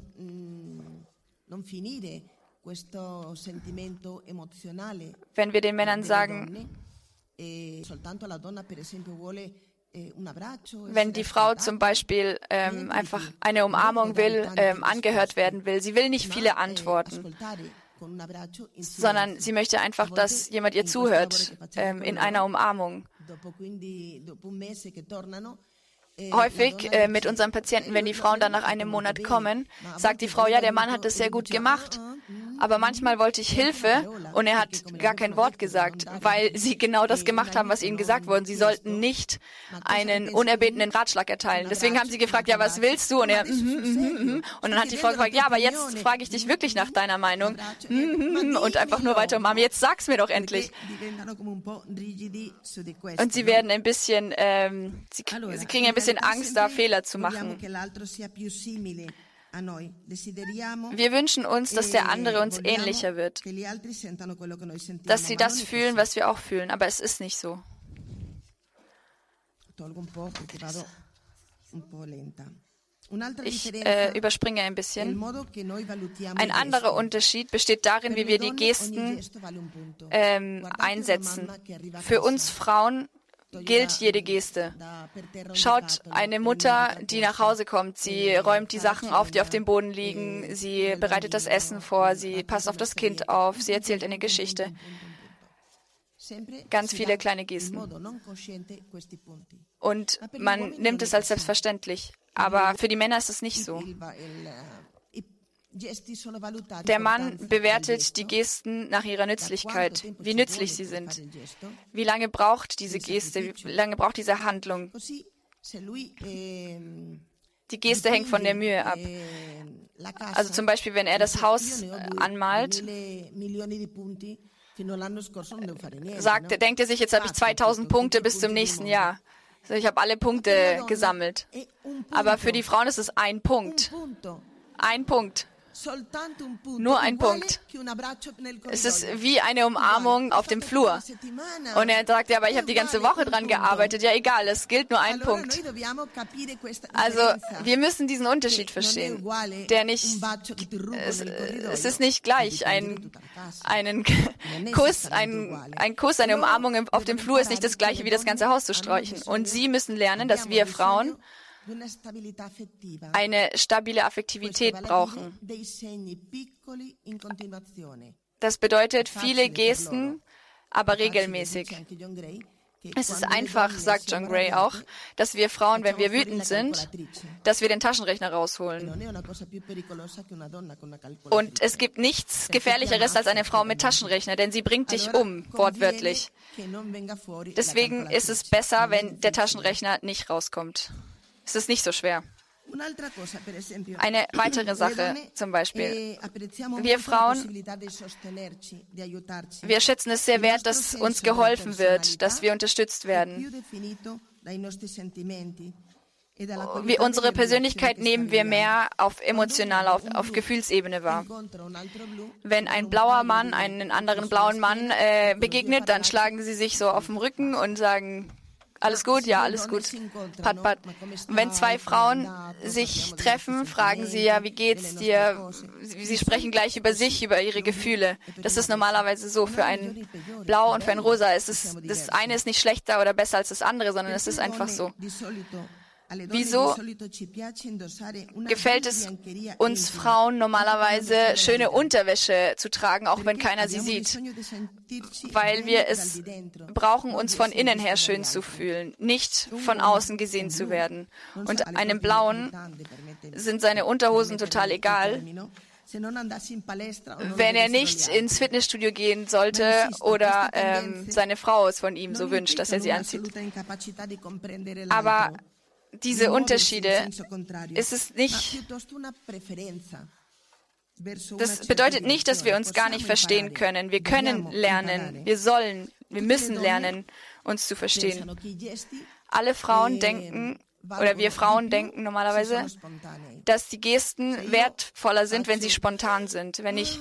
Wenn wir den Männern sagen, wenn die Frau zum Beispiel einfach eine Umarmung will, angehört werden will, sie will nicht viele Antworten, sondern sie möchte einfach, dass jemand ihr zuhört in einer Umarmung. Häufig mit unseren Patienten, wenn die Frauen dann nach einem Monat kommen, sagt die Frau, ja, der Mann hat das sehr gut gemacht, aber manchmal wollte ich Hilfe und er hat gar kein Wort gesagt, weil sie genau das gemacht haben, was ihnen gesagt wurde. Sie sollten nicht einen unerbetenen Ratschlag erteilen. Deswegen haben sie gefragt, ja, was willst du? Und er, Und dann hat die Frau gefragt, ja, aber jetzt frage ich dich wirklich nach deiner Meinung. Und einfach nur weiter umarmen. Jetzt sag's mir doch endlich. Und sie werden ein bisschen, sie kriegen ein bisschen Angst, da Fehler zu machen. Wir wünschen uns, dass der andere uns ähnlicher wird, dass sie das fühlen, was wir auch fühlen, aber es ist nicht so. Ich überspringe ein bisschen. Ein anderer Unterschied besteht darin, wie wir die Gesten einsetzen. Für uns Frauen gilt jede Geste. Schaut eine Mutter, die nach Hause kommt, sie räumt die Sachen auf, die auf dem Boden liegen, sie bereitet das Essen vor, sie passt auf das Kind auf, sie erzählt eine Geschichte. Ganz viele kleine Gesten. Und man nimmt es als selbstverständlich. Aber für die Männer ist es nicht so. Der Mann bewertet die Gesten nach ihrer Nützlichkeit, wie nützlich sie sind. Wie lange braucht diese Geste, wie lange braucht diese Handlung? Die Geste hängt von der Mühe ab. Also zum Beispiel, wenn er das Haus anmalt, denkt er sich, jetzt habe ich 2000 Punkte bis zum nächsten Jahr. Also ich habe alle Punkte gesammelt. Aber für die Frauen ist es ein Punkt. Ein Punkt. Nur ein Punkt. Es ist wie eine Umarmung auf dem Flur. Und er sagt, ja, aber ich habe die ganze Woche dran gearbeitet. Ja, egal, es gilt nur ein Punkt. Also, wir müssen diesen Unterschied verstehen. Es ist nicht gleich. Ein Kuss, eine Umarmung auf dem Flur ist nicht das gleiche wie das ganze Haus zu streichen. Und Sie müssen lernen, dass wir Frauen eine stabile Affektivität brauchen. Das bedeutet viele Gesten, aber regelmäßig. Es ist einfach, sagt John Gray auch, dass wir Frauen, wenn wir wütend sind, dass wir den Taschenrechner rausholen. Und es gibt nichts Gefährlicheres als eine Frau mit Taschenrechner, denn sie bringt dich um, wortwörtlich. Deswegen ist es besser, wenn der Taschenrechner nicht rauskommt. Es ist nicht so schwer. Eine weitere Sache zum Beispiel. Wir Frauen, wir schätzen es sehr wert, dass uns geholfen wird, dass wir unterstützt werden. Unsere Persönlichkeit nehmen wir mehr auf emotionaler, auf Gefühlsebene wahr. Wenn ein blauer Mann einen anderen blauen Mann begegnet, dann schlagen sie sich so auf den Rücken und sagen, alles gut? Ja, alles gut. Pat, pat. Und wenn zwei Frauen sich treffen, fragen sie ja, wie geht's dir? Sie sprechen gleich über sich, über ihre Gefühle. Das ist normalerweise so. Für ein Blau und für ein Rosa ist es, das eine ist nicht schlechter oder besser als das andere, sondern es ist einfach so. Wieso gefällt es uns Frauen normalerweise, schöne Unterwäsche zu tragen, auch wenn keiner sie sieht? Weil wir es brauchen, uns von innen her schön zu fühlen, nicht von außen gesehen zu werden. Und einem Blauen sind seine Unterhosen total egal, wenn er nicht ins Fitnessstudio gehen sollte oder seine Frau es von ihm so wünscht, dass er sie anzieht. Aber diese Unterschiede ist es nicht. Das bedeutet nicht, dass wir uns gar nicht verstehen können. Wir können lernen, wir müssen lernen, uns zu verstehen. Alle Frauen denken, oder wir Frauen denken normalerweise, dass die Gesten wertvoller sind, wenn sie spontan sind. Wenn ich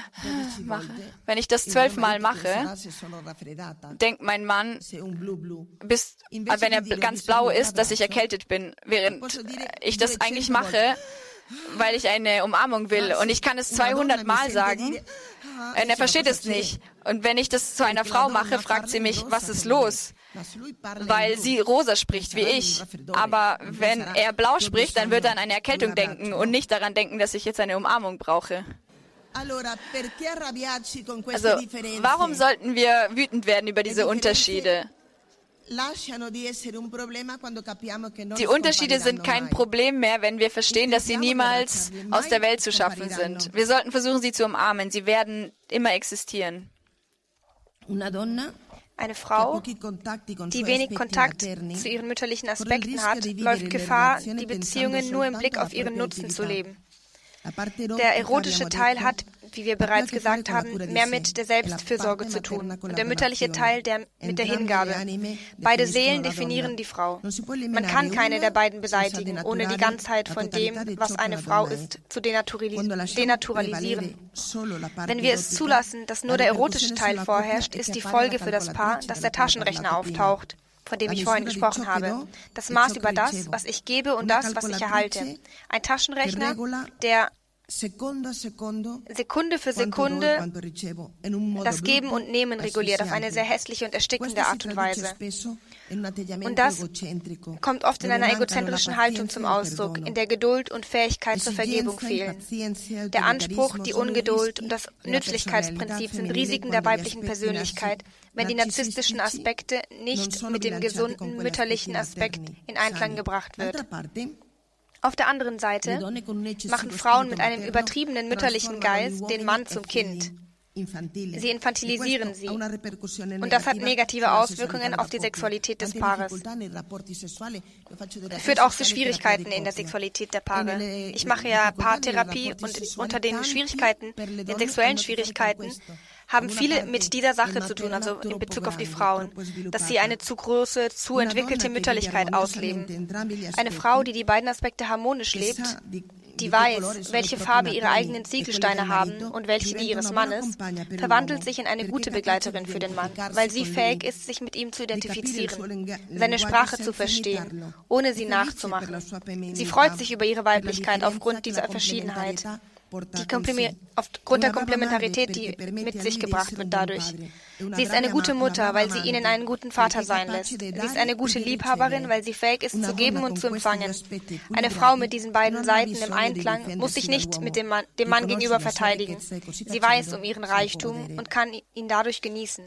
das 12-mal mache, denkt mein Mann, wenn er ganz blau ist, dass ich erkältet bin, während ich das eigentlich mache, weil ich eine Umarmung will. Und ich kann es 200 Mal sagen, und er versteht es nicht. Und wenn ich das zu einer Frau mache, fragt sie mich, was ist los? Weil sie rosa spricht wie ich. Aber wenn er blau spricht, dann wird er an eine Erkältung denken und nicht daran denken, dass ich jetzt eine Umarmung brauche. Also, warum sollten wir wütend werden über diese Unterschiede? Die Unterschiede sind kein Problem mehr, wenn wir verstehen, dass sie niemals aus der Welt zu schaffen sind. Wir sollten versuchen, sie zu umarmen. Sie werden immer existieren. Eine Frau, die wenig Kontakt zu ihren mütterlichen Aspekten hat, läuft Gefahr, die Beziehungen nur im Blick auf ihren Nutzen zu leben. Der erotische Teil hat, wie wir bereits gesagt haben, mehr mit der Selbstfürsorge zu tun und der mütterliche Teil mit der Hingabe. Beide Seelen definieren die Frau. Man kann keine der beiden beseitigen, ohne die Ganzheit von dem, was eine Frau ist, zu denaturalisieren. Wenn wir es zulassen, dass nur der erotische Teil vorherrscht, ist die Folge für das Paar, dass der Taschenrechner auftaucht, von dem ich vorhin gesprochen habe. Das Maß über das, was ich gebe und das, was ich erhalte. Ein Taschenrechner, der Sekunde für Sekunde das Geben und Nehmen reguliert auf eine sehr hässliche und erstickende Art und Weise. Und das kommt oft in einer egozentrischen Haltung zum Ausdruck, in der Geduld und Fähigkeit zur Vergebung fehlen. Der Anspruch, die Ungeduld und das Nützlichkeitsprinzip sind Risiken der weiblichen Persönlichkeit, wenn die narzisstischen Aspekte nicht mit dem gesunden mütterlichen Aspekt in Einklang gebracht wird. Auf der anderen Seite machen Frauen mit einem übertriebenen mütterlichen Geist den Mann zum Kind. Sie infantilisieren sie. Und das hat negative Auswirkungen auf die Sexualität des Paares. Führt auch zu Schwierigkeiten in der Sexualität der Paare. Ich mache ja Paartherapie und unter den Schwierigkeiten, den sexuellen Schwierigkeiten, haben viele mit dieser Sache zu tun, also in Bezug auf die Frauen, dass sie eine zu große, zu entwickelte Mütterlichkeit ausleben. Eine Frau, die die beiden Aspekte harmonisch lebt, die weiß, welche Farbe ihre eigenen Ziegelsteine haben und welche die ihres Mannes, verwandelt sich in eine gute Begleiterin für den Mann, weil sie fähig ist, sich mit ihm zu identifizieren, seine Sprache zu verstehen, ohne sie nachzumachen. Sie freut sich über ihre Weiblichkeit aufgrund dieser Verschiedenheit, aufgrund der Komplementarität, die mit sich gebracht wird dadurch. Sie ist eine gute Mutter, weil sie ihnen einen guten Vater sein lässt. Sie ist eine gute Liebhaberin, weil sie fähig ist, zu geben und zu empfangen. Eine Frau mit diesen beiden Seiten im Einklang muss sich nicht mit dem Mann gegenüber verteidigen. Sie weiß um ihren Reichtum und kann ihn dadurch genießen.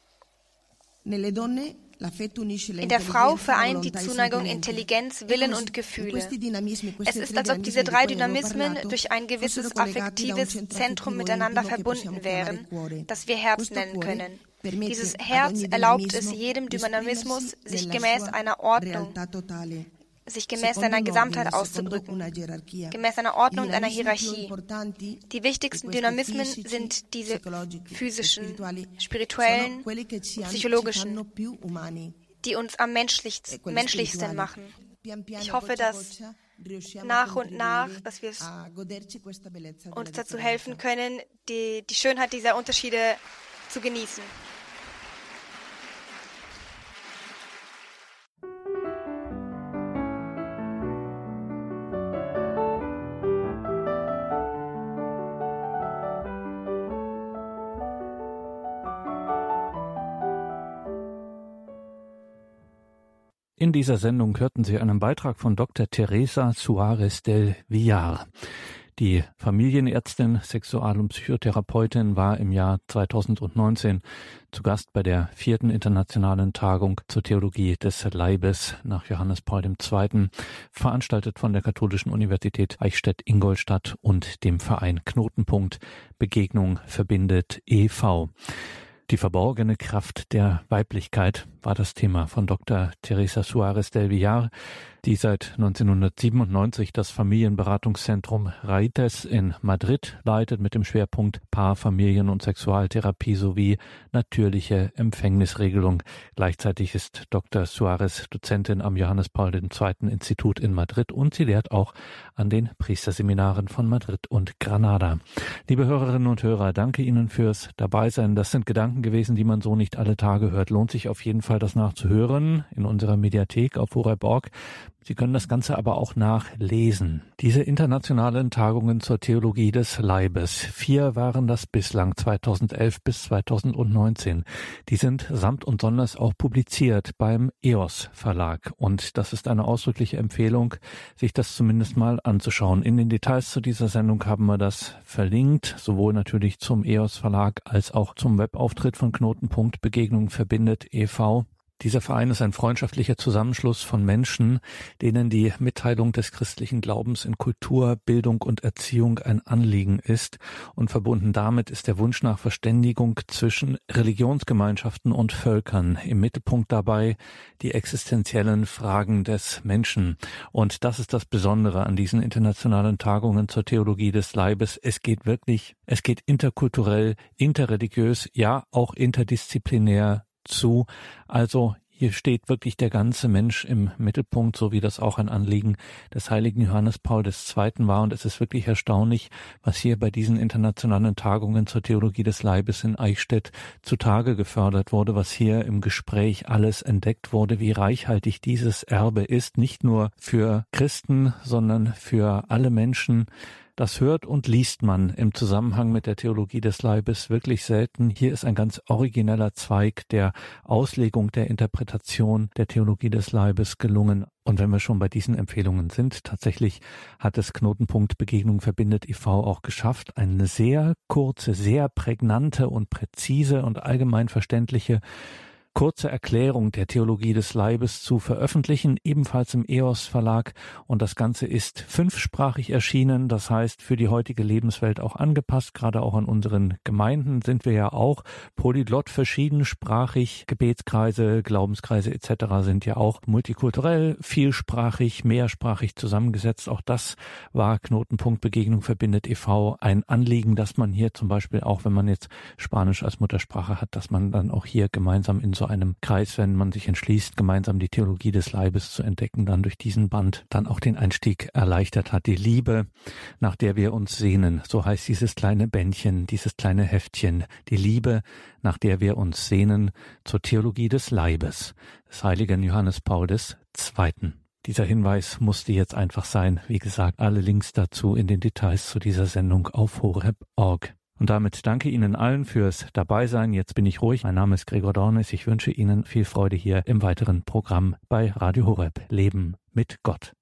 In der Frau vereint die Zuneigung Intelligenz, Willen und Gefühle. Es ist, als ob diese drei Dynamismen durch ein gewisses affektives Zentrum miteinander verbunden wären, das wir Herz nennen können. Dieses Herz erlaubt es jedem Dynamismus, sich gemäß einer Ordnung, sich gemäß seiner Gesamtheit auszudrücken, gemäß einer Ordnung und einer Hierarchie. Die wichtigsten Dynamismen sind diese physischen, spirituellen, psychologischen, die uns am menschlichsten machen. Ich hoffe, dass nach und nach, dass wir uns dazu helfen können, die Schönheit dieser Unterschiede zu genießen. In In dieser Sendung hörten Sie einen Beitrag von Dr. Teresa Suárez del Villar. Die Familienärztin, Sexual- und Psychotherapeutin war im Jahr 2019 zu Gast bei der 4. Internationalen Tagung zur Theologie des Leibes nach Johannes Paul II., veranstaltet von der Katholischen Universität Eichstätt-Ingolstadt und dem Verein Knotenpunkt Begegnung verbindet e.V. Die verborgene Kraft der Weiblichkeit war das Thema von Dr. Teresa Suárez del Villar, die seit 1997 das Familienberatungszentrum Raites in Madrid leitet mit dem Schwerpunkt Paar-, Familien- und Sexualtherapie sowie natürliche Empfängnisregelung. Gleichzeitig ist Dr. Suárez Dozentin am Johannes Paul II. Institut in Madrid und sie lehrt auch an den Priesterseminaren von Madrid und Granada. Liebe Hörerinnen und Hörer, danke Ihnen fürs Dabeisein. Das sind Gedanken gewesen, die man so nicht alle Tage hört. Lohnt sich auf jeden Fall, das nachzuhören in unserer Mediathek auf horeb.org. Sie können das Ganze aber auch nachlesen. Diese internationalen Tagungen zur Theologie des Leibes, 4 waren das bislang, 2011 bis 2019. Die sind samt und sonders auch publiziert beim EOS Verlag. Und das ist eine ausdrückliche Empfehlung, sich das zumindest mal anzuschauen. In den Details zu dieser Sendung haben wir das verlinkt, sowohl natürlich zum EOS Verlag als auch zum Webauftritt von Knotenpunkt Begegnung verbindet e.V. Dieser Verein ist ein freundschaftlicher Zusammenschluss von Menschen, denen die Mitteilung des christlichen Glaubens in Kultur, Bildung und Erziehung ein Anliegen ist. Und verbunden damit ist der Wunsch nach Verständigung zwischen Religionsgemeinschaften und Völkern. Im Mittelpunkt dabei die existenziellen Fragen des Menschen. Und das ist das Besondere an diesen internationalen Tagungen zur Theologie des Leibes. Es geht interkulturell, interreligiös, ja auch interdisziplinär zu. Also hier steht wirklich der ganze Mensch im Mittelpunkt, so wie das auch ein Anliegen des heiligen Johannes Paul II. War. Und es ist wirklich erstaunlich, was hier bei diesen internationalen Tagungen zur Theologie des Leibes in Eichstätt zutage gefördert wurde, was hier im Gespräch alles entdeckt wurde, wie reichhaltig dieses Erbe ist, nicht nur für Christen, sondern für alle Menschen. Das hört und liest man im Zusammenhang mit der Theologie des Leibes wirklich selten. Hier ist ein ganz origineller Zweig der Auslegung, der Interpretation der Theologie des Leibes gelungen. Und wenn wir schon bei diesen Empfehlungen sind, tatsächlich hat es Knotenpunkt Begegnung verbindet e.V. auch geschafft, eine sehr kurze, sehr prägnante und präzise und allgemein verständliche kurze Erklärung der Theologie des Leibes zu veröffentlichen, ebenfalls im EOS Verlag. Und das Ganze ist 5-sprachig erschienen, das heißt für die heutige Lebenswelt auch angepasst. Gerade auch an unseren Gemeinden sind wir ja auch polyglott, verschiedensprachig. Gebetskreise, Glaubenskreise etc. sind ja auch multikulturell, vielsprachig, mehrsprachig zusammengesetzt. Auch das war Knotenpunkt Begegnung verbindet e.V. ein Anliegen, dass man hier zum Beispiel auch, wenn man jetzt Spanisch als Muttersprache hat, dass man dann auch hier gemeinsam in so einem Kreis, wenn man sich entschließt, gemeinsam die Theologie des Leibes zu entdecken, dann durch diesen Band dann auch den Einstieg erleichtert hat. Die Liebe, nach der wir uns sehnen, so heißt dieses kleine Bändchen, dieses kleine Heftchen. Die Liebe, nach der wir uns sehnen, zur Theologie des Leibes des heiligen Johannes Paul II. Dieser Hinweis musste jetzt einfach sein. Wie gesagt, alle Links dazu in den Details zu dieser Sendung auf horeb.org. Und damit danke Ihnen allen fürs Dabeisein. Jetzt bin ich ruhig. Mein Name ist Gregor Dornis. Ich wünsche Ihnen viel Freude hier im weiteren Programm bei Radio Horeb. Leben mit Gott.